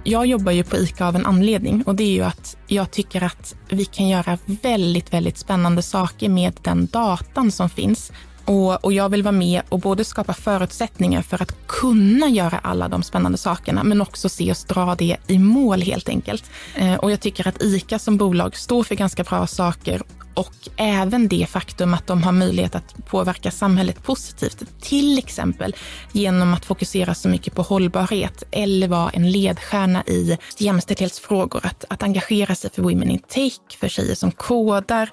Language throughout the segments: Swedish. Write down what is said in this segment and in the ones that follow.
Jag jobbar ju på ICA av en anledning, och det är ju att jag tycker att vi kan göra väldigt, väldigt spännande saker med den datan som finns. Och jag vill vara med och både skapa förutsättningar för att kunna göra alla de spännande sakerna, men också se oss dra det i mål helt enkelt. Och jag tycker att ICA som bolag står för ganska bra saker, och även det faktum att de har möjlighet att påverka samhället positivt, till exempel genom att fokusera så mycket på hållbarhet eller vara en ledstjärna i jämställdhetsfrågor, att engagera sig för Women in Tech, för tjejer som kodar.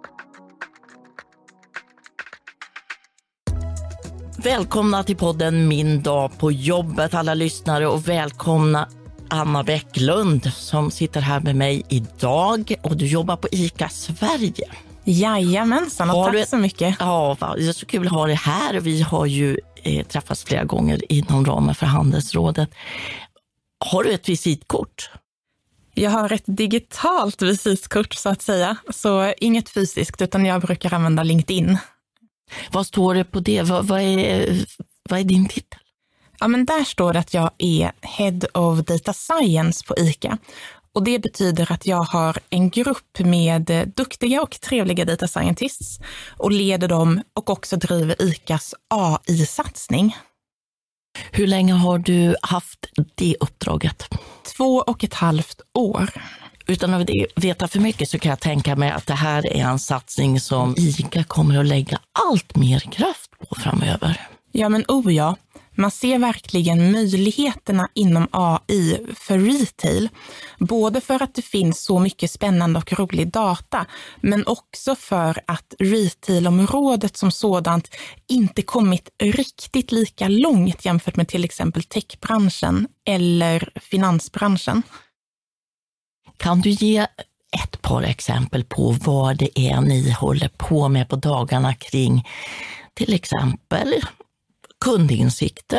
Välkomna till podden Min dag på jobbet, alla lyssnare, och välkomna Anna Bäcklund som sitter här med mig idag, och du jobbar på ICA Sverige. Jajamensan, och tack så mycket. Ja, det är så kul att ha det här. Vi har ju träffats flera gånger inom ramen för Handelsrådet. Har du ett visitkort? Jag har ett digitalt visitkort så att säga, så inget fysiskt, utan jag brukar använda LinkedIn. Vad står det på det? Vad är din titel? Ja, men där står det att jag är Head of Data Science på ICA. Och det betyder att jag har en grupp med duktiga och trevliga data scientists och leder dem och också driver ICAs AI-satsning. Hur länge har du haft det uppdraget? 2,5 år. Utan att veta för mycket så kan jag tänka mig att det här är en satsning som ICA kommer att lägga allt mer kraft på framöver. Ja, men ja. Man ser verkligen möjligheterna inom AI för retail. Både för att det finns så mycket spännande och rolig data, men också för att retailområdet som sådant inte kommit riktigt lika långt jämfört med till exempel techbranschen eller finansbranschen. Kan du ge ett par exempel på vad det är ni håller på med på dagarna kring till exempel kundinsikter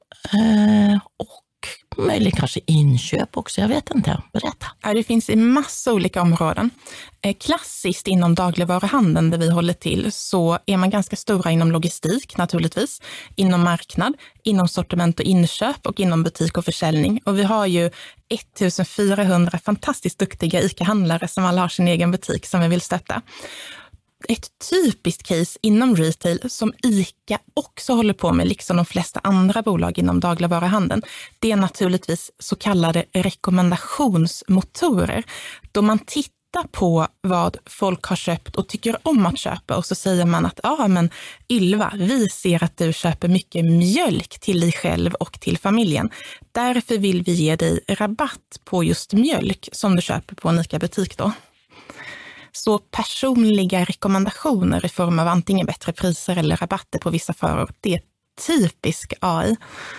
och möjligen kanske inköp också, jag vet inte. Berätta. Ja, det finns i massa olika områden. Klassiskt inom dagligvaruhandeln där vi håller till så är man ganska stora inom logistik naturligtvis, inom marknad, inom sortiment och inköp och inom butik och försäljning. Och vi har ju 1400 fantastiskt duktiga ICA-handlare som alla har sin egen butik som vi vill stötta. Ett typiskt case inom retail som ICA också håller på med, liksom de flesta andra bolag inom dagligvaruhandeln, det är naturligtvis så kallade rekommendationsmotorer. Då man tittar på vad folk har köpt och tycker om att köpa, och så säger man att men Ylva, vi ser att du köper mycket mjölk till dig själv och till familjen. Därför vill vi ge dig rabatt på just mjölk som du köper på en ICA-butik då. Så personliga rekommendationer i form av antingen bättre priser eller rabatter på vissa varor, det är typisk AI.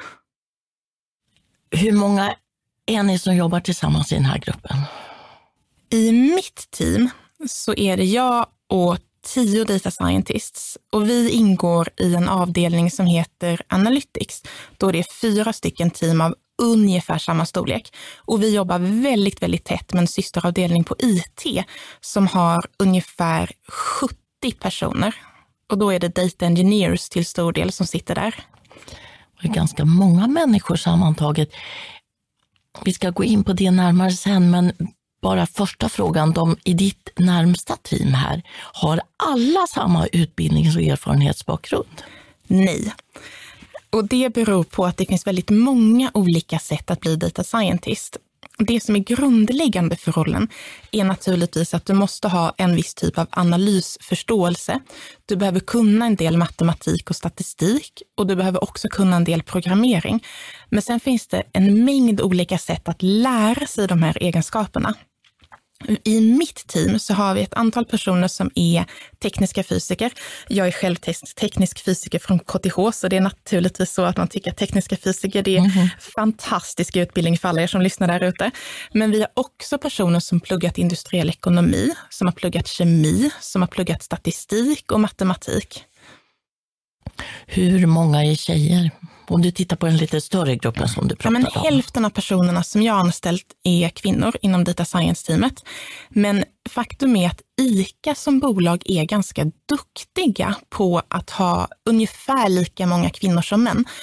Hur många är ni som jobbar tillsammans i den här gruppen? I mitt team så är det jag och 10 data scientists, och vi ingår i en avdelning som heter Analytics, då det är 4 stycken team av ungefär samma storlek. Och vi jobbar väldigt, väldigt tätt med en systeravdelning på IT som har ungefär 70 personer. Och då är det data engineers till stor del som sitter där. Det är ganska många människor sammantaget. Vi ska gå in på det närmare sen, men bara första frågan, de i ditt närmsta team här, har alla samma utbildnings- och erfarenhetsbakgrund? Nej. Och det beror på att det finns väldigt många olika sätt att bli data scientist. Det som är grundläggande för rollen är naturligtvis att du måste ha en viss typ av analysförståelse. Du behöver kunna en del matematik och statistik, och du behöver också kunna en del programmering. Men sen finns det en mängd olika sätt att lära sig de här egenskaperna. I mitt team så har vi ett antal personer som är tekniska fysiker. Jag är själv teknisk fysiker från KTH, så det är naturligtvis så att man tycker att tekniska fysiker, det är fantastisk utbildning för alla er som lyssnar där ute. Men vi har också personer som pluggat industriell ekonomi, som har pluggat kemi, som har pluggat statistik och matematik. Hur många är tjejer? Om du tittar på en lite större grupp som du pratade om. Hälften av personerna som jag har anställt är kvinnor inom data science-teamet. Men faktum är att ICA som bolag är ganska duktiga på att ha ungefär lika många kvinnor som män.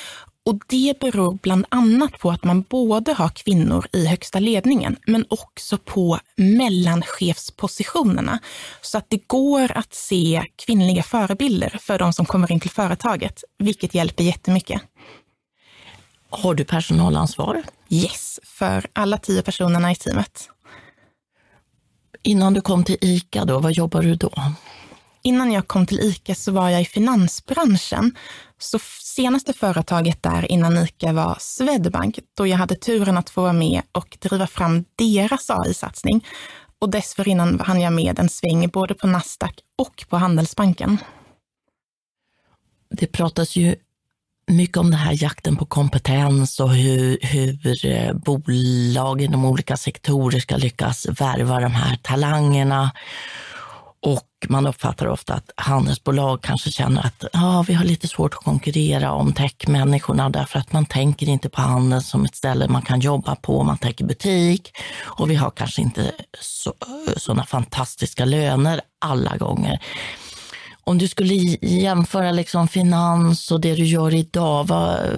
Och det beror bland annat på att man både har kvinnor i högsta ledningen men också på mellanchefspositionerna. Så att det går att se kvinnliga förebilder för de som kommer in till företaget, vilket hjälper jättemycket. Har du personalansvar? Yes, för alla 10 personerna i teamet. Innan du kom till ICA då, vad jobbar du då? Innan jag kom till ICA så var jag i finansbranschen. Så senaste företaget där innan ICA var Swedbank, då jag hade turen att få vara med och driva fram deras AI-satsning. Och dessförinnan hann jag med en sväng både på Nasdaq och på Handelsbanken. Det pratas ju mycket om det här jakten på kompetens och hur bolag inom olika sektorer ska lyckas värva de här talangerna. Och man uppfattar ofta att handelsbolag kanske känner att vi har lite svårt att konkurrera om techmänniskorna därför att man tänker inte på handeln som ett ställe man kan jobba på, man tänker butik och vi har kanske inte sådana fantastiska löner alla gånger. Om du skulle jämföra liksom finans och det du gör idag,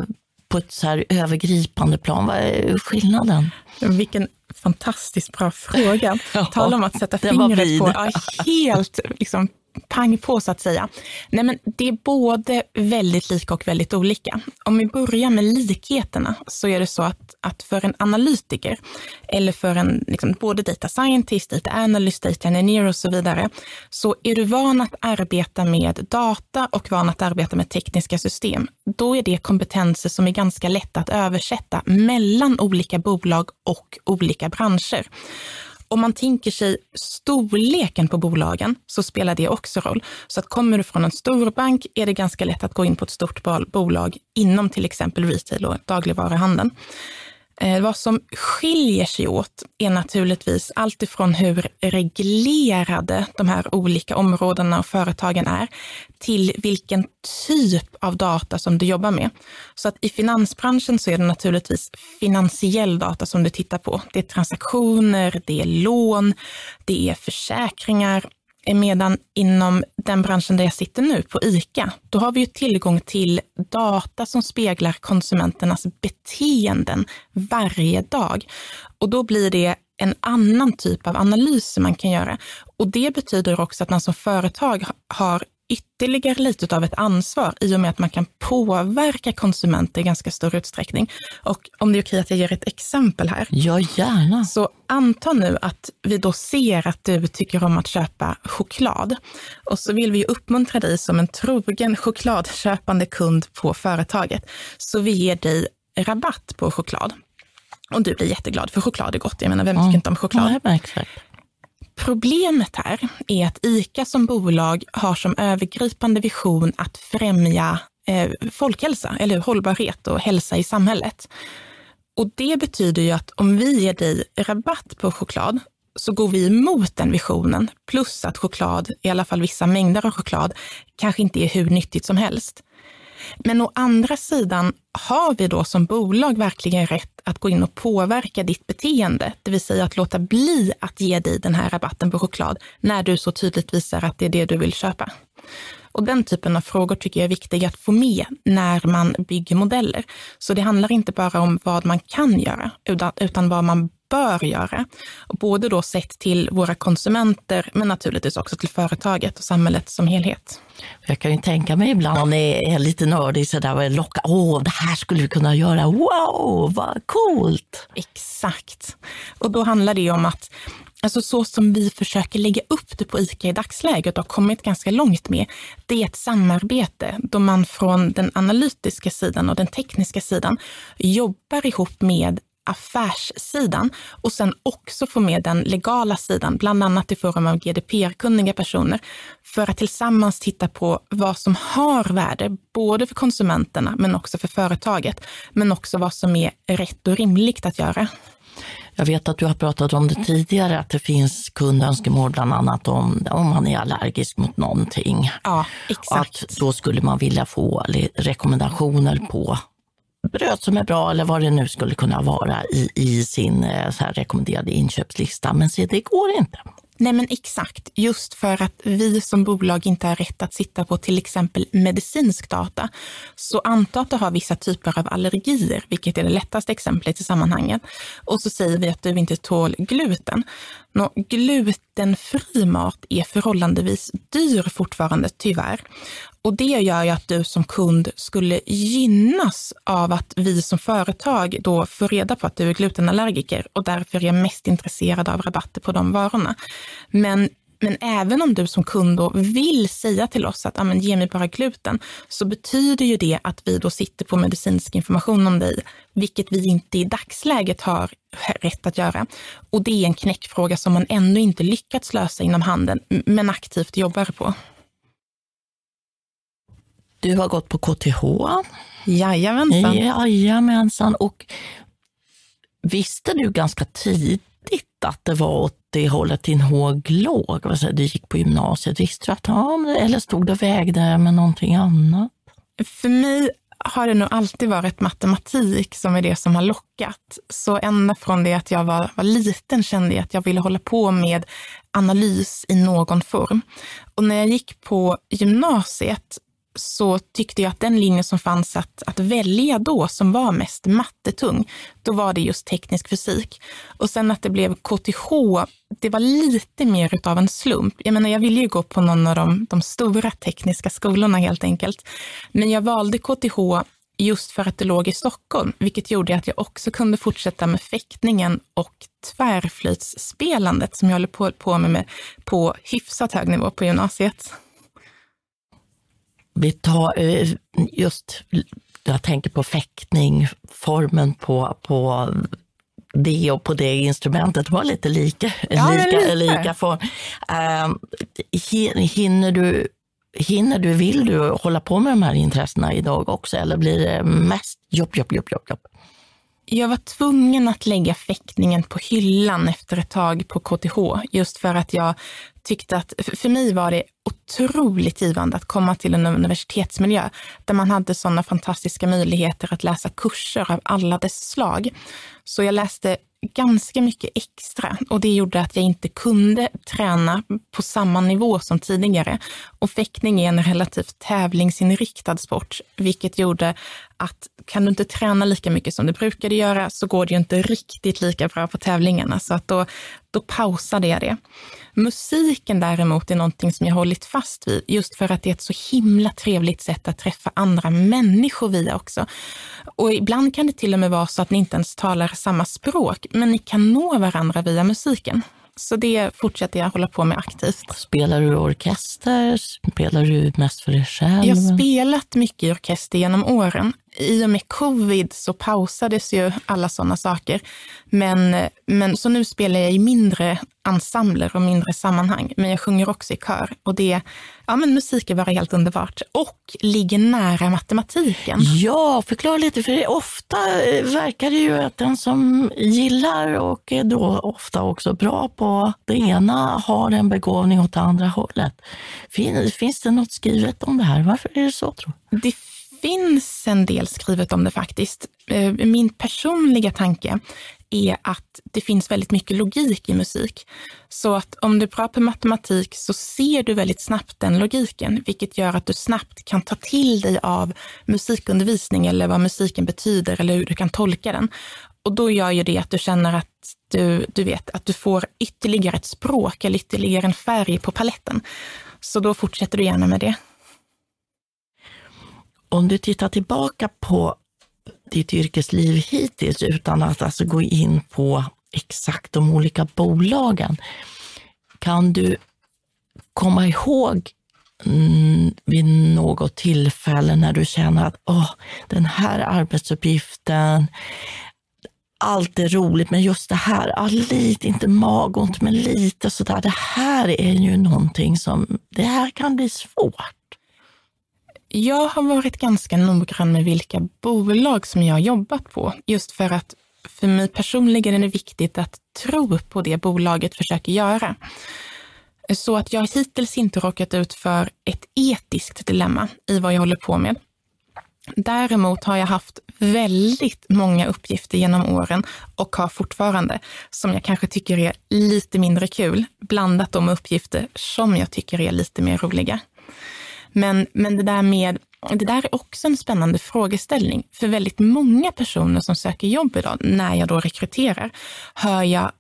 på ett så här övergripande plan, vad är skillnaden? Vilken fantastiskt bra fråga. Ja, tala om att sätta fingret på, helt liksom pang på så att säga. Nej, men det är både väldigt lika och väldigt olika. Om vi börjar med likheterna så är det så att för en analytiker eller för en liksom, både data scientist, data analyst, data engineer och så vidare, så är du van att arbeta med data och van att arbeta med tekniska system. Då är det kompetenser som är ganska lätta att översätta mellan olika bolag och olika branscher. Om man tänker sig storleken på bolagen så spelar det också roll. Så att kommer du från en stor bank är det ganska lätt att gå in på ett stort bolag inom till exempel retail och dagligvaruhandeln. Vad som skiljer sig åt är naturligtvis allt ifrån hur reglerade de här olika områdena och företagen är till vilken typ av data som du jobbar med. Så att i finansbranschen så är det naturligtvis finansiell data som du tittar på. Det är transaktioner, det är lån, det är försäkringar. Medan inom den branschen där jag sitter nu på ICA, då har vi ju tillgång till data som speglar konsumenternas beteenden varje dag. Och då blir det en annan typ av analys man kan göra. Och det betyder också att man som företag har ytterligare lite av ett ansvar i och med att man kan påverka konsumenter i ganska stor utsträckning. Och om det är okej att jag ger ett exempel här. Ja, gärna. Så anta nu att vi då ser att du tycker om att köpa choklad. Och så vill vi uppmuntra dig som en trogen chokladköpande kund på företaget. Så vi ger dig rabatt på choklad. Och du blir jätteglad för choklad är gott. Jag menar, vem tycker inte om choklad? Ja, exakt. Problemet här är att ICA som bolag har som övergripande vision att främja folkhälsa eller hållbarhet och hälsa i samhället. Och det betyder ju att om vi ger dig rabatt på choklad så går vi emot den visionen. Plus att choklad, i alla fall vissa mängder av choklad, kanske inte är hur nyttigt som helst. Men å andra sidan har vi då som bolag verkligen rätt att gå in och påverka ditt beteende. Det vill säga att låta bli att ge dig den här rabatten på choklad när du så tydligt visar att det är det du vill köpa. Och den typen av frågor tycker jag är viktiga att få med när man bygger modeller. Så det handlar inte bara om vad man kan göra utan vad man bör göra. Och både då sett till våra konsumenter men naturligtvis också till företaget och samhället som helhet. Jag kan ju tänka mig ibland om det är lite nördig så där locka, det här skulle vi kunna göra, wow, vad coolt! Exakt. Och då handlar det om att alltså så som vi försöker lägga upp det på ICA i dagsläget och har kommit ganska långt med, det är ett samarbete då man från den analytiska sidan och den tekniska sidan jobbar ihop med affärssidan och sen också få med den legala sidan, bland annat i form av GDPR-kunniga personer, för att tillsammans titta på vad som har värde, både för konsumenterna men också för företaget, men också vad som är rätt och rimligt att göra. Jag vet att du har pratat om det tidigare, att det finns kundönskemål bland annat om man är allergisk mot någonting. Ja, exakt. Att då skulle man vilja få rekommendationer på bröd som är bra eller vad det nu skulle kunna vara i sin så här rekommenderade inköpslista. Men se, det går inte. Nej men exakt, just för att vi som bolag inte har rätt att sitta på till exempel medicinsk data, så anta att du har vissa typer av allergier, vilket är det lättaste exemplet i sammanhanget, och så säger vi att du inte tål gluten. Glutenfri mat är förhållandevis dyr fortfarande, tyvärr. Och det gör ju att du som kund skulle gynnas av att vi som företag då får reda på att du är glutenallergiker och därför är mest intresserad av rabatter på de varorna. Men även om du som kund då vill säga till oss att ge mig bara gluten, så betyder ju det att vi då sitter på medicinsk information om dig, vilket vi inte i dagsläget har rätt att göra. Och det är en knäckfråga som man ännu inte lyckats lösa inom handeln, men aktivt jobbar på. Du har gått på KTH. Jajamensan. Och visste du ganska tidigt att det var åt det hållet din håg låg? Du gick på gymnasiet. Visste du att eller stod det vägde med någonting annat? För mig har det nog alltid varit matematik som är det som har lockat. Så ända från det att jag var liten kände jag att jag ville hålla på med analys i någon form. Och när jag gick på gymnasiet så tyckte jag att den linje som fanns att välja då, som var mest mattetung, då var det just teknisk fysik. Och sen att det blev KTH, det var lite mer utav en slump. Jag ville ju gå på någon av de stora tekniska skolorna helt enkelt. Men jag valde KTH just för att det låg i Stockholm, vilket gjorde att jag också kunde fortsätta med fäktningen och tvärflytsspelandet som jag håller på med på hyfsat hög nivå på gymnasiet. Vi tar jag tänker på fäktning, formen på det och på det instrumentet var lite lika form. Vill du hålla på med de här intressena idag också, eller blir det mest jobb? Jag var tvungen att lägga fäktningen på hyllan efter ett tag på KTH, just för att jag tyckte att, för mig var det otroligt givande att komma till en universitetsmiljö där man hade sådana fantastiska möjligheter att läsa kurser av alla dess slag. Så jag läste ganska mycket extra och det gjorde att jag inte kunde träna på samma nivå som tidigare. Och fäktning är en relativt tävlingsinriktad sport, vilket gjorde att kan du inte träna lika mycket som du brukade göra så går det ju inte riktigt lika bra på tävlingarna. Så att då pausade jag det. Musiken däremot är någonting som jag hållit fast vid, just för att det är ett så himla trevligt sätt att träffa andra människor via också. Och ibland kan det till och med vara så att ni inte ens talar samma språk, men ni kan nå varandra via musiken. Så det fortsätter jag hålla på med aktivt. Spelar du orkester? Spelar du mest för dig själv? Jag har spelat mycket i orkester genom åren. I och med covid så pausades ju alla sådana saker. Men så nu spelar jag i mindre ensembler och mindre sammanhang. Men jag sjunger också i kör. Och musik är bara helt underbart. Och ligger nära matematiken. Ja, förklara lite. För ofta verkar det ju att den som gillar och är då ofta också bra på det ena har en begåvning åt det andra hållet. Finns det något skrivet om det här? Varför är det så, tror du? Det finns en del skrivet om det faktiskt. Min personliga tanke är att det finns väldigt mycket logik i musik. Så att om du är bra på matematik så ser du väldigt snabbt den logiken, vilket gör att du snabbt kan ta till dig av musikundervisning eller vad musiken betyder eller hur du kan tolka den. Och då gör ju det att du känner att du vet att du får ytterligare ett språk eller ytterligare en färg på paletten. Så då fortsätter du gärna med det. Om du tittar tillbaka på ditt yrkesliv hittills utan att gå in på exakt de olika bolagen, kan du komma ihåg vid något tillfälle när du känner att den här arbetsuppgiften, allt är roligt, men just det här, lite, inte magont, men lite sådär, det här är ju någonting som, det här kan bli svårt. Jag har varit ganska noggrann med vilka bolag som jag har jobbat på. Just för att för mig personligen är det viktigt att tro på det bolaget försöker göra. Så att jag hittills inte råkat ut för ett etiskt dilemma i vad jag håller på med. Däremot har jag haft väldigt många uppgifter genom åren och har fortfarande som jag kanske tycker är lite mindre kul, blandat de uppgifter som jag tycker är lite mer roliga. Men det där är också en spännande frågeställning. För väldigt många personer som söker jobb idag, när jag då rekryterar, hör jag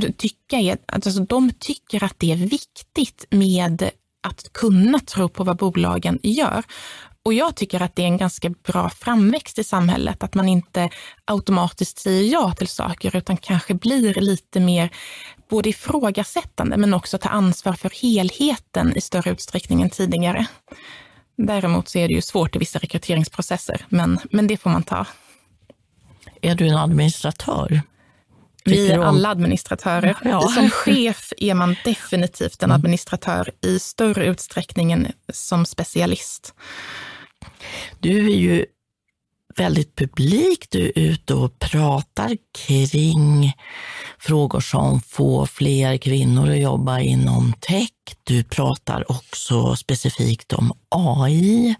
de tycker att det är viktigt med att kunna tro på vad bolagen gör. Och jag tycker att det är en ganska bra framväxt i samhället, att man inte automatiskt säger ja till saker utan kanske blir lite mer både ifrågasättande men också ta ansvar för helheten i större utsträckning än tidigare. Däremot så är det ju svårt i vissa rekryteringsprocesser, men det får man ta. Är du en administratör? Vi är alla administratörer. Ja. Som chef är man definitivt en administratör i större utsträckning än som specialist. Du är ju väldigt publik, du är ute och pratar kring frågor som får fler kvinnor att jobba inom tech. Du pratar också specifikt om AI.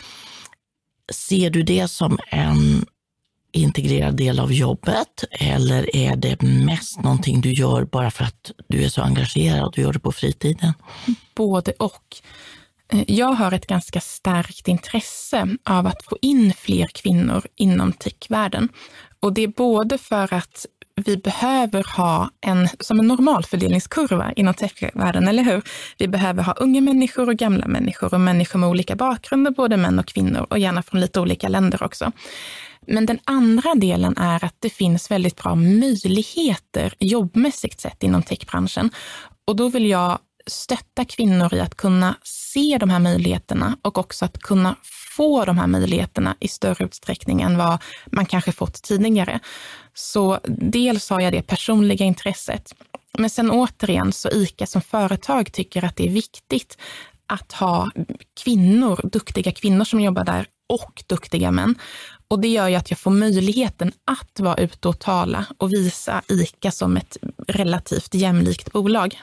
Ser du det som en integrerad del av jobbet eller är det mest någonting du gör bara för att du är så engagerad och du gör det på fritiden? Både och. Jag har ett ganska starkt intresse av att få in fler kvinnor inom techvärlden. Och det är både för att vi behöver ha som en normal fördelningskurva inom techvärlden, eller hur? Vi behöver ha unga människor och gamla människor och människor med olika bakgrunder, både män och kvinnor och gärna från lite olika länder också. Men den andra delen är att det finns väldigt bra möjligheter jobbmässigt sett inom techbranschen. Och då vill jag stötta kvinnor i att kunna se de här möjligheterna och också att kunna få de här möjligheterna i större utsträckning än vad man kanske fått tidigare. Så dels har jag det personliga intresset. Men sen återigen så ICA som företag tycker att det är viktigt att ha duktiga kvinnor som jobbar där och duktiga män. Och det gör ju att jag får möjligheten att vara ute och tala och visa ICA som ett relativt jämlikt bolag.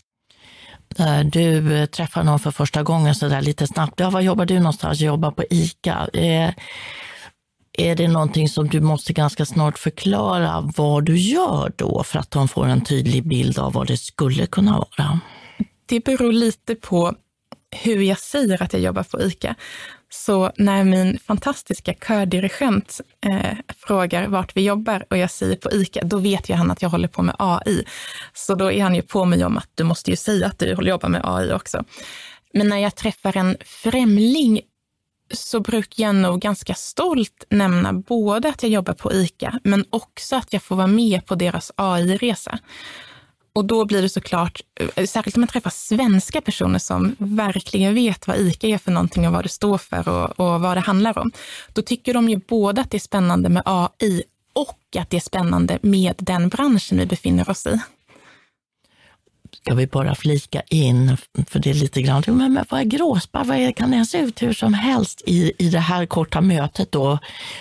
När du träffar någon för första gången så där lite snabbt, var jobbar du någonstans? Jag jobbar på ICA. Är det någonting som du måste ganska snart förklara vad du gör då för att de får en tydlig bild av vad det skulle kunna vara? Det beror lite på hur jag säger att jag jobbar på ICA. Så när min fantastiska kördirigent frågar vart vi jobbar och jag säger på ICA, då vet ju han att jag håller på med AI. Så då är han ju på mig om att du måste ju säga att du jobbar med AI också. Men när jag träffar en främling så brukar jag nog ganska stolt nämna både att jag jobbar på ICA men också att jag får vara med på deras AI-resa. Och då blir det såklart, särskilt om man träffar svenska personer som verkligen vet vad ICA är för någonting och vad det står för och vad det handlar om. Då tycker de ju både att det är spännande med AI och att det är spännande med den branschen vi befinner oss i. Ska vi bara flika in, för det är lite grann, men vad är gråsparr? Kan det se ut hur som helst i det här korta mötet då?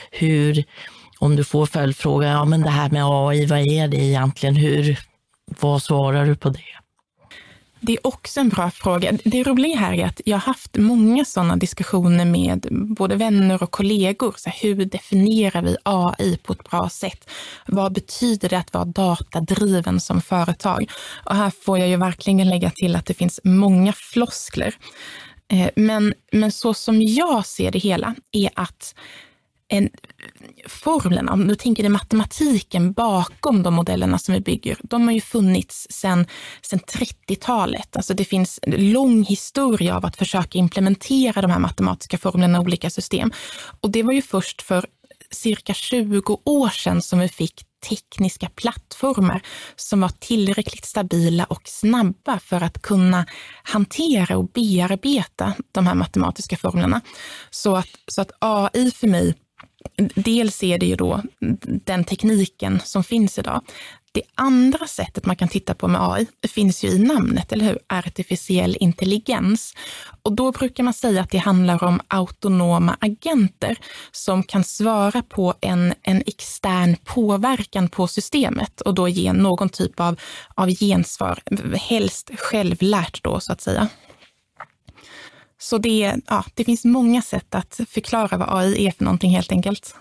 Om du får följdfråga, men det här med AI, vad är det egentligen? Vad svarar du på det? Det är också en bra fråga. Det roliga här är att jag har haft många sådana diskussioner med både vänner och kollegor. Så hur definierar vi AI på ett bra sätt? Vad betyder det att vara datadriven som företag? Och här får jag ju verkligen lägga till att det finns många floskler. Men så som jag ser det hela är att formlerna, om du tänker dig matematiken bakom de modellerna som vi bygger, de har ju funnits sedan 30-talet. Alltså det finns en lång historia av att försöka implementera de här matematiska formlerna i olika system. Och det var ju först för cirka 20 år sedan som vi fick tekniska plattformar som var tillräckligt stabila och snabba för att kunna hantera och bearbeta de här matematiska formlerna. Så att AI för mig, dels är det ju då den tekniken som finns idag. Det andra sättet man kan titta på med AI finns ju i namnet, eller hur? Artificiell intelligens. Och då brukar man säga att det handlar om autonoma agenter som kan svara på en extern påverkan på systemet och då ge någon typ av gensvar, helst självlärt då så att säga. Så det finns många sätt att förklara vad AI är för någonting helt enkelt.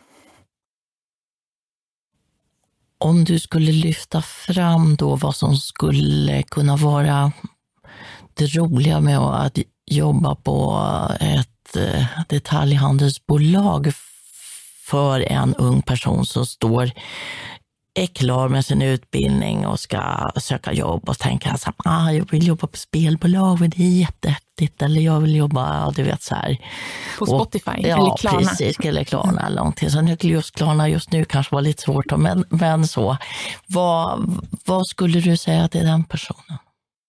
Om du skulle lyfta fram då vad som skulle kunna vara det roliga med att jobba på ett detaljhandelsbolag för en ung person som är klar med sin utbildning och ska söka jobb och tänka så här, jag vill jobba på spelbolag och det är jättehäftigt, eller jag vill jobba, du vet så här. På Spotify eller Klarna. Ja, precis, eller Klarna eller någonting. Så just Klarna just nu kanske var lite svårt, men så. Vad skulle du säga till den personen?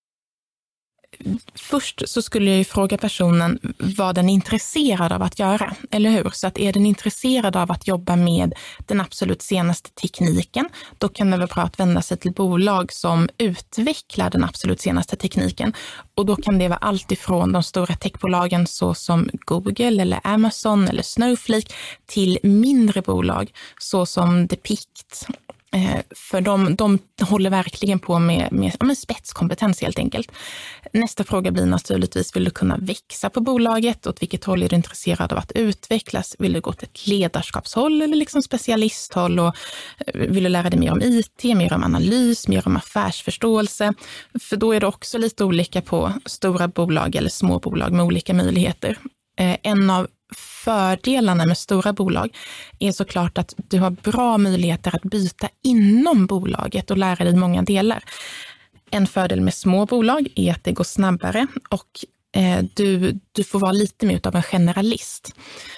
Först så skulle jag ju fråga personen vad den är intresserad av att göra, eller hur? Så att är den intresserad av att jobba med den absolut senaste tekniken, då kan det vara bra att vända sig till bolag som utvecklar den absolut senaste tekniken. Och då kan det vara allt ifrån de stora techbolagen så som Google eller Amazon eller Snowflake till mindre bolag så som Depict. För de håller verkligen på med spetskompetens helt enkelt. Nästa fråga blir naturligtvis, vill du kunna växa på bolaget? Åt vilket håll är du intresserad av att utvecklas? Vill du gå till ett ledarskapshåll eller liksom specialisthåll? Och vill du lära dig mer om IT, mer om analys, mer om affärsförståelse? För då är det också lite olika på stora bolag eller små bolag med olika möjligheter. En av fördelarna med stora bolag är såklart att du har bra möjligheter att byta inom bolaget och lära dig många delar. En fördel med små bolag är att det går snabbare och du får vara lite mer av en generalist.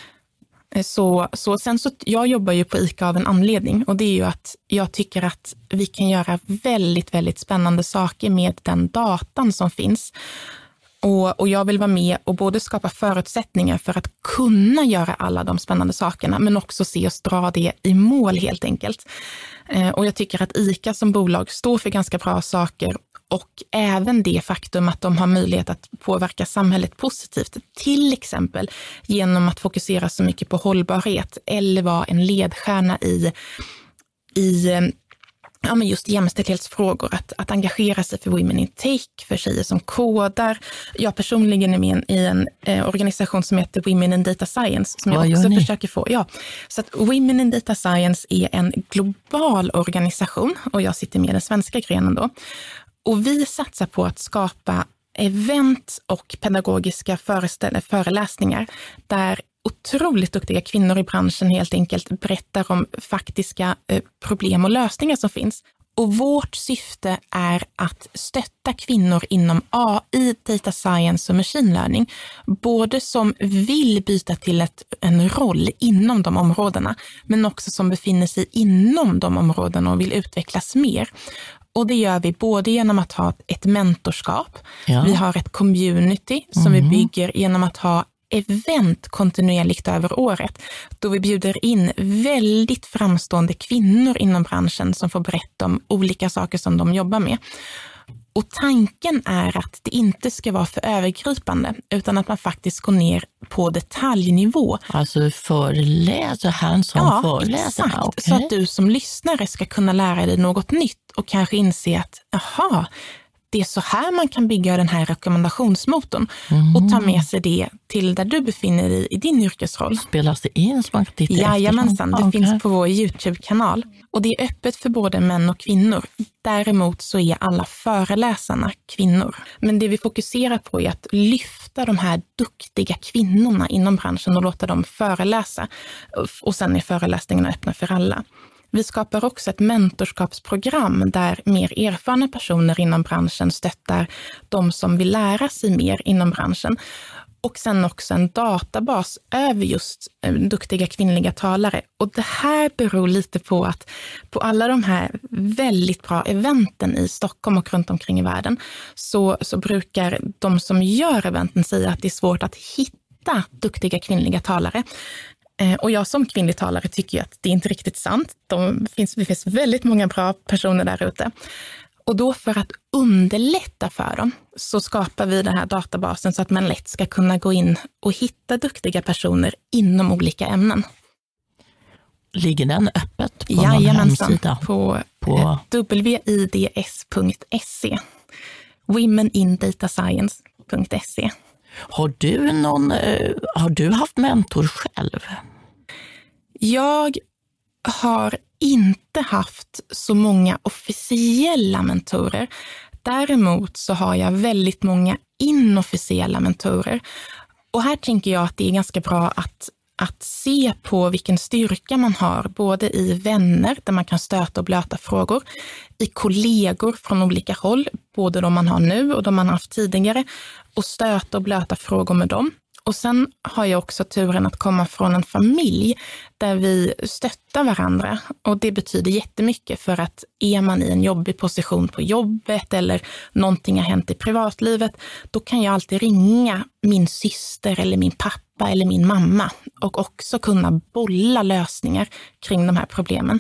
Jag jobbar ju på ICA av en anledning, och det är ju att jag tycker att vi kan göra väldigt, väldigt spännande saker med den datan som finns. Och jag vill vara med och både skapa förutsättningar för att kunna göra alla de spännande sakerna, men också se oss dra det i mål helt enkelt. Och jag tycker att ICA som bolag står för ganska bra saker, och även det faktum att de har möjlighet att påverka samhället positivt, till exempel genom att fokusera så mycket på hållbarhet eller vara en ledstjärna i just jämställdhetsfrågor, att engagera sig för Women in Tech, för tjejer som kodar. Jag personligen är med i en organisation som heter Women in Data Science, som jag också försöker få. Ja. Så att Women in Data Science är en global organisation, och jag sitter med i den svenska grenen då. Och vi satsar på att skapa event och pedagogiska föreläsningar där otroligt duktiga kvinnor i branschen helt enkelt berättar om faktiska problem och lösningar som finns. Och vårt syfte är att stötta kvinnor inom AI, data science och machine learning, både som vill byta till en roll inom de områdena, men också som befinner sig inom de områdena och vill utvecklas mer. Och det gör vi både genom att ha ett mentorskap, vi har ett community som vi bygger genom att ha event kontinuerligt över året, då vi bjuder in väldigt framstående kvinnor inom branschen som får berätta om olika saker som de jobbar med. Och tanken är att det inte ska vara för övergripande, utan att man faktiskt går ner på detaljnivå. Alltså föreläser han som föreläser? Exakt. Okay. Så att du som lyssnare ska kunna lära dig något nytt och kanske inse att det är så här man kan bygga den här rekommendationsmotorn och ta med sig det till där du befinner dig i din yrkesroll. Spelas det in så man kan titta? Jajamensan, det finns på vår YouTube-kanal. Och det är öppet för både män och kvinnor. Däremot så är alla föreläsarna kvinnor. Men det vi fokuserar på är att lyfta de här duktiga kvinnorna inom branschen och låta dem föreläsa. Och sen är föreläsningarna öppna för alla. Vi skapar också ett mentorskapsprogram där mer erfarna personer inom branschen stöttar de som vill lära sig mer inom branschen. Och sen också en databas över just duktiga kvinnliga talare. Och det här beror lite på att på alla de här väldigt bra eventen i Stockholm och runt omkring i världen så brukar de som gör eventen säga att det är svårt att hitta duktiga kvinnliga talare. Och jag som kvinnlig talare tycker ju att det är inte riktigt sant. Det finns väldigt många bra personer där ute. Och då för att underlätta för dem så skapar vi den här databasen så att man lätt ska kunna gå in och hitta duktiga personer inom olika ämnen. Ligger den öppet på någon hemsida? På wids.se. womenindatascience.se. Har du haft mentor själv? Jag har inte haft så många officiella mentorer. Däremot så har jag väldigt många inofficiella mentorer. Och här tänker jag att det är ganska bra att se på vilken styrka man har, både i vänner där man kan stöta och blöta frågor, i kollegor från olika håll, både de man har nu och de man har haft tidigare, och stöta och blöta frågor med dem. Och sen har jag också turen att komma från en familj där vi stöttar varandra. Och det betyder jättemycket, för att är man i en jobbig position på jobbet eller någonting har hänt i privatlivet, då kan jag alltid ringa min syster eller min pappa eller min mamma och också kunna bolla lösningar kring de här problemen.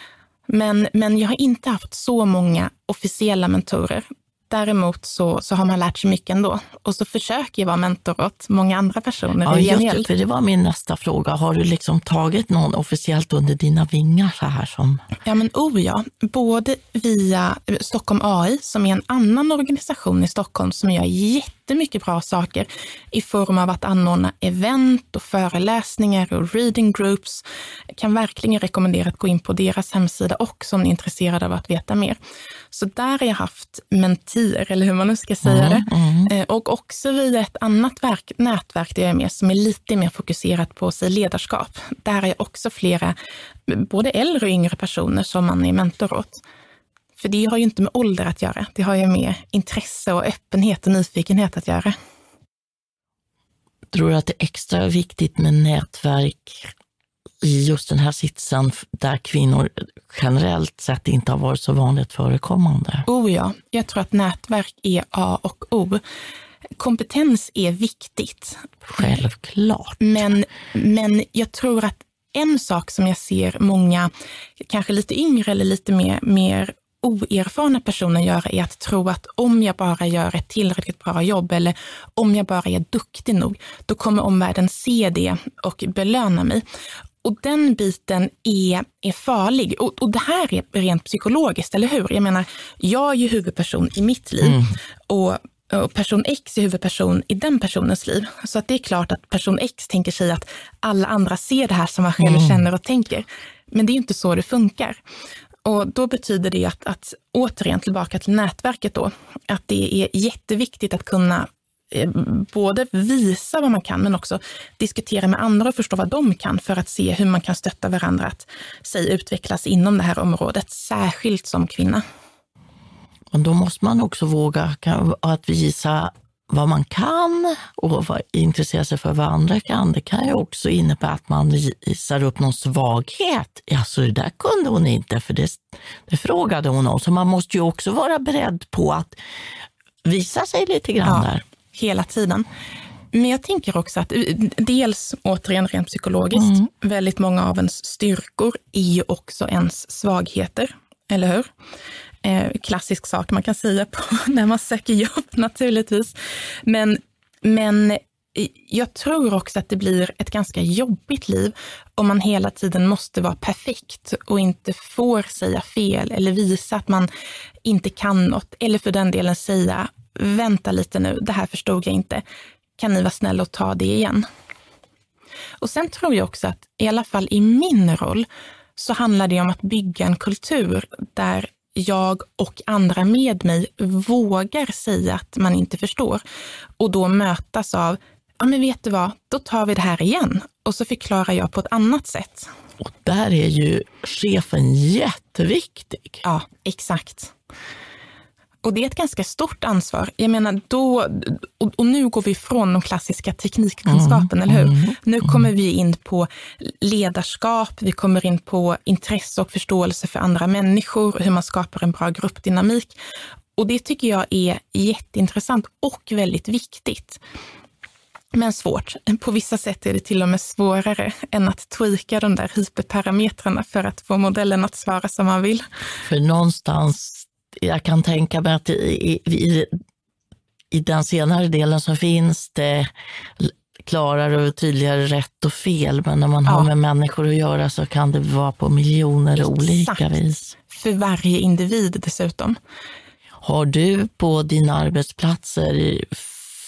Men jag har inte haft så många officiella mentorer. Däremot så har man lärt sig mycket ändå. Och så försöker jag vara mentor åt många andra personer. Ja, just det, för det var min nästa fråga. Har du liksom tagit någon officiellt under dina vingar så här som? Ja, men ja. Både via Stockholm AI, som är en annan organisation i Stockholm som gör jättemycket bra saker i form av att anordna event och föreläsningar och reading groups. Jag kan verkligen rekommendera att gå in på deras hemsida också om ni är intresserade av att veta mer. Så där har jag haft mentor, eller hur man nu ska säga det. Och också via ett annat nätverk där jag är med, som är lite mer fokuserat på ledarskap. Där har jag också flera, både äldre och yngre personer som man är mentor åt. För det har ju inte med ålder att göra. Det har ju med intresse och öppenhet och nyfikenhet att göra. Tror du att det är extra viktigt med nätverk i just den här sitsen där kvinnor generellt sett inte har varit så vanligt förekommande? Ja, jag tror att nätverk är A och O. Kompetens är viktigt. Självklart. Men jag tror att en sak som jag ser många, kanske lite yngre eller lite mer oerfarna personer göra, är att tro att om jag bara gör ett tillräckligt bra jobb eller om jag bara är duktig nog, då kommer omvärlden se det och belöna mig. Och den biten är farlig. Och det här är rent psykologiskt, eller hur? Jag menar, jag är ju huvudperson i mitt liv och person X är huvudperson i den personens liv. Så att det är klart att person X tänker sig att alla andra ser det här som man själv känner och tänker. Men det är inte så det funkar. Och då betyder det att återigen tillbaka till nätverket då, att det är jätteviktigt att kunna både visa vad man kan, men också diskutera med andra och förstå vad de kan, för att se hur man kan stötta varandra att utvecklas inom det här området, särskilt som kvinna. Och då måste man också våga att visa vad man kan och intressera sig för vad andra kan. Det kan ju också innebära att man visar upp någon svaghet. Alltså det där kunde hon inte, för det frågade hon om. Så man måste ju också vara beredd på att visa sig lite grann där. Hela tiden. Men jag tänker också att dels, återigen rent psykologiskt, väldigt många av ens styrkor är ju också ens svagheter, eller hur? Klassisk sak man kan säga på när man söker jobb naturligtvis. Men jag tror också att det blir ett ganska jobbigt liv om man hela tiden måste vara perfekt och inte får säga fel eller visa att man inte kan något, eller för den delen säga: vänta lite nu, det här förstod jag inte. Kan ni vara snälla och ta det igen? Och sen tror jag också att i alla fall i min roll så handlar det om att bygga en kultur där jag och andra med mig vågar säga att man inte förstår. Och då mötas av: ja men vet du vad, då tar vi det här igen. Och så förklarar jag på ett annat sätt. Och där är ju chefen jätteviktig. Ja, exakt. Och det är ett ganska stort ansvar. Jag menar, och nu går vi från de klassiska teknikkunskapen, eller hur? Nu kommer vi in på ledarskap, vi kommer in på intresse och förståelse för andra människor, hur man skapar en bra gruppdynamik. Och det tycker jag är jätteintressant och väldigt viktigt. Men svårt. På vissa sätt är det till och med svårare än att tweaka de där hyperparametrarna för att få modellen att svara som man vill. För någonstans, jag kan tänka mig att i den senare delen så finns det klarare och tydligare rätt och fel. Men när man har med människor att göra så kan det vara på miljoner olika vis. För varje individ dessutom. Har du på dina arbetsplatser fått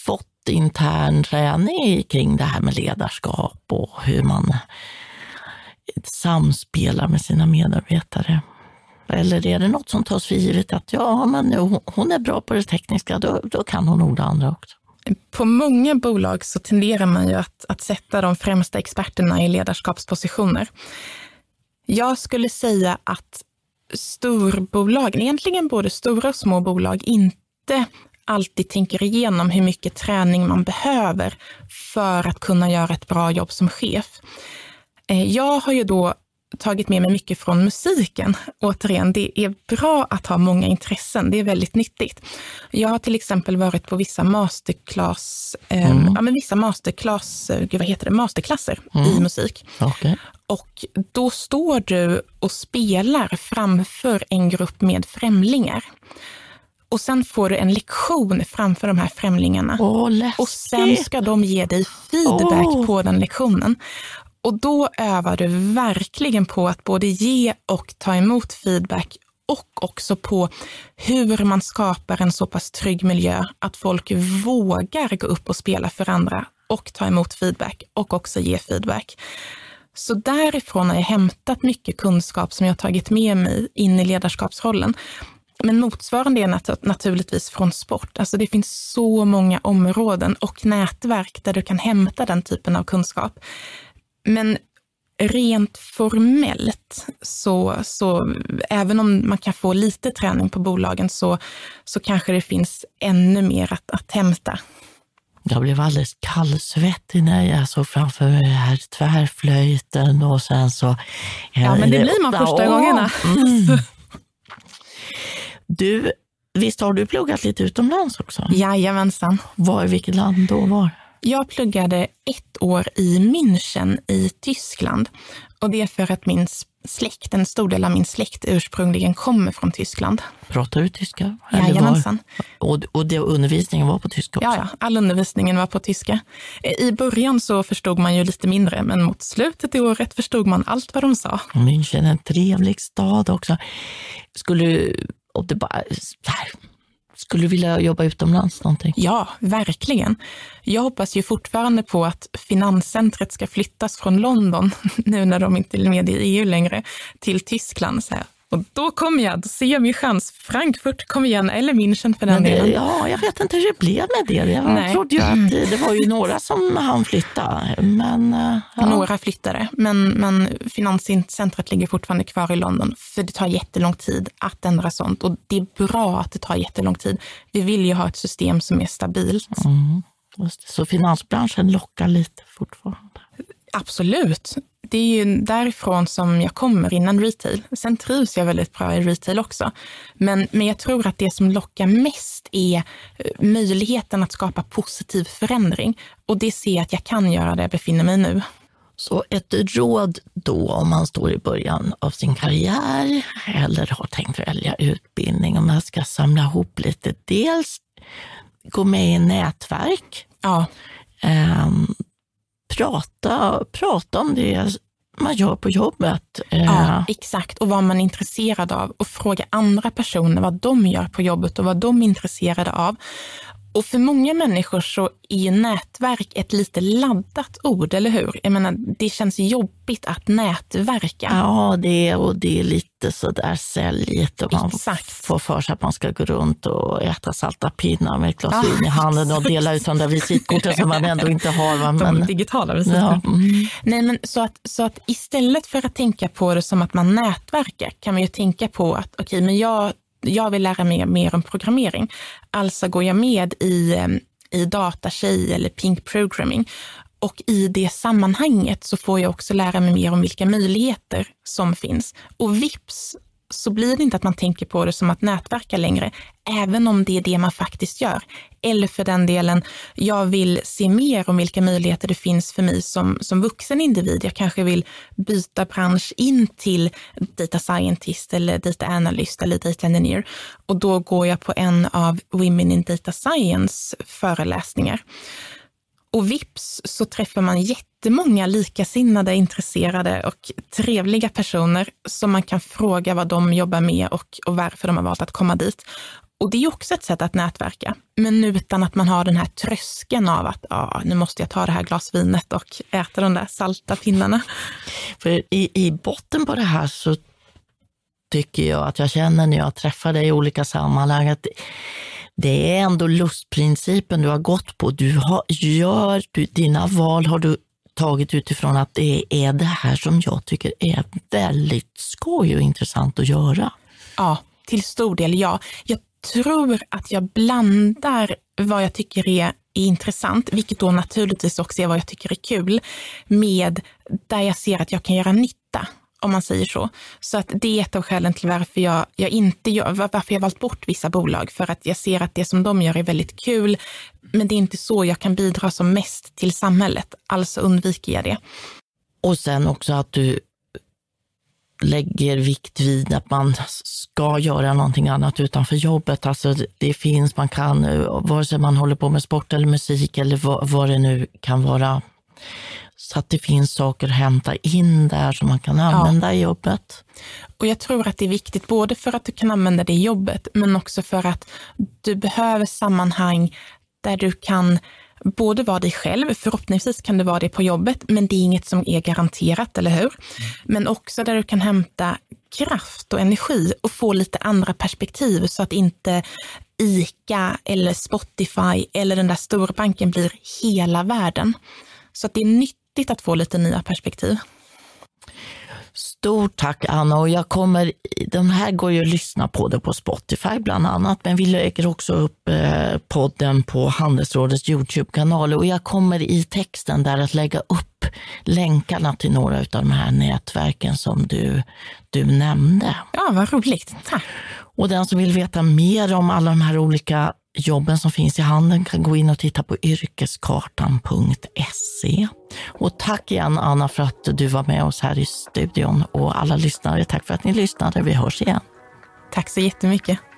fått intern träning kring det här med ledarskap och hur man samspelar med sina medarbetare? Eller är det något som tas för givet att hon är bra på det tekniska, då kan hon nog det andra också? På många bolag så tenderar man ju att sätta de främsta experterna i ledarskapspositioner. Jag skulle säga att storbolagen, egentligen både stora och små bolag, inte alltid tänker igenom hur mycket träning man behöver för att kunna göra ett bra jobb som chef. Jag har ju då tagit med mig mycket från musiken. Återigen, det är bra att ha många intressen. Det är väldigt nyttigt. Jag har till exempel varit på vissa masterklasser i musik. Okay. Och då står du och spelar framför en grupp med främlingar. Och sen får du en lektion framför de här främlingarna. Och sen ska de ge dig feedback på den lektionen. Och då övar du verkligen på att både ge och ta emot feedback, och också på hur man skapar en så pass trygg miljö att folk vågar gå upp och spela för andra och ta emot feedback och också ge feedback. Så därifrån har jag hämtat mycket kunskap som jag har tagit med mig in i ledarskapsrollen. Men motsvarande är naturligtvis från sport. Alltså det finns så många områden och nätverk där du kan hämta den typen av kunskap. Men rent formellt så även om man kan få lite träning på bolagen så kanske det finns ännu mer att hämta. Jag blev alldeles kallsvettig när jag såg framför mig här tvärflöjten och sen så... Ja, men det blir man första gångerna. Du, visst har du pluggat lite utomlands också? Jajamensan. Vilket land då var? Jag pluggade 1 år i München i Tyskland. Och det är för att en stor del av min släkt ursprungligen kommer från Tyskland. Pratar du tyska? Jajamensan. Och undervisningen var på tyska också? Ja, all undervisningen var på tyska. I början så förstod man ju lite mindre, men mot slutet i året förstod man allt vad de sa. München är en trevlig stad också. Skulle du vilja jobba utomlands någonting? Ja, verkligen. Jag hoppas ju fortfarande på att finanscentret ska flyttas från London, nu när de inte är med i EU längre, till Tyskland. Så här. Och då ser jag min chans. Frankfurt kom igen, eller München för den delen. Ja, jag vet inte hur det blev med det. Jag trodde ju att det var ju några som hann flytta. Men, Några flyttade, men finanscentret ligger fortfarande kvar i London. För det tar jättelång tid att ändra sånt. Och det är bra att det tar jättelång tid. Vi vill ju ha ett system som är stabilt. Så finansbranschen lockar lite fortfarande? Absolut. Det är ju därifrån som jag kommer innan retail. Sen trivs jag väldigt bra i retail också. Men jag tror att det som lockar mest är möjligheten att skapa positiv förändring. Och det ser jag att jag kan göra där jag befinner mig nu. Så ett råd då om man står i början av sin karriär eller har tänkt välja utbildning, om man ska samla ihop lite. Dels gå med i nätverk. Ja. Prata om det man gör på jobbet. Ja, exakt. Och vad man är intresserad av. Och fråga andra personer vad de gör på jobbet och vad de är intresserade av. Och för många människor så är ju nätverk ett lite laddat ord, eller hur? Jag menar, det känns jobbigt att nätverka. Ja, det är lite sådär säljigt och man får för sig att man ska gå runt och äta salta pinnar med ett glas vin i handen och dela ut de där visitkorten som man ändå inte har. De digitala visitkort. Ja. Nej, men så att istället för att tänka på det som att man nätverkar kan man ju tänka på att okej, men jag vill lära mig mer om programmering. Alltså går jag med i datatjej eller pink programming. Och i det sammanhanget så får jag också lära mig mer om vilka möjligheter som finns. Och vips så blir det inte att man tänker på det som att nätverka längre. Även om det är det man faktiskt gör. Eller för den delen, jag vill se mer om vilka möjligheter det finns för mig som vuxen individ. Jag kanske vill byta bransch in till data scientist eller data analyst eller data engineer. Och då går jag på en av Women in Data Science föreläsningar. Och vips så träffar man jättemånga likasinnade, intresserade och trevliga personer som man kan fråga vad de jobbar med och varför de har valt att komma dit. Och det är också ett sätt att nätverka, men utan att man har den här tröskeln av att nu måste jag ta det här glasvinet och äta de där salta pinnarna. För i botten på det här så tycker jag att jag känner när jag träffar dig i olika sammanhang att det är ändå lustprincipen du har gått på. Dina val har du tagit utifrån att det är det här som jag tycker är väldigt skoj och intressant att göra. Ja, till stor del ja. Jag tror att jag blandar vad jag tycker är intressant, vilket då naturligtvis också är vad jag tycker är kul, med där jag ser att jag kan göra nytta, om man säger så. Så att det är ett av skälen till varför varför jag valt bort vissa bolag, för att jag ser att det som de gör är väldigt kul, men det är inte så jag kan bidra som mest till samhället, alltså undviker jag det. Och sen också att du lägger vikt vid att man ska göra någonting annat utanför jobbet. Alltså det finns, man kan, vare sig man håller på med sport eller musik eller vad det nu kan vara, så att det finns saker att hämta in där som man kan använda i jobbet. Och jag tror att det är viktigt både för att du kan använda det i jobbet, men också för att du behöver sammanhang där du kan både vara dig själv, förhoppningsvis kan du vara det på jobbet, men det är inget som är garanterat, eller hur? Men också där du kan hämta kraft och energi och få lite andra perspektiv, så att inte ICA eller Spotify eller den där storbanken blir hela världen. Så att det är nyttigt att få lite nya perspektiv. Stort tack Anna, och de här går ju att lyssna på det på Spotify bland annat, men vi lägger också upp podden på Handelsrådets YouTube-kanal, och jag kommer i texten där att lägga upp länkarna till några av de här nätverken som du nämnde. Ja, vad roligt. Tack. Och den som vill veta mer om alla de här olika jobben som finns i handeln kan gå in och titta på yrkeskartan.se. Och tack igen Anna för att du var med oss här i studion, och alla lyssnare, tack för att ni lyssnade. Vi hörs igen. Tack så jättemycket.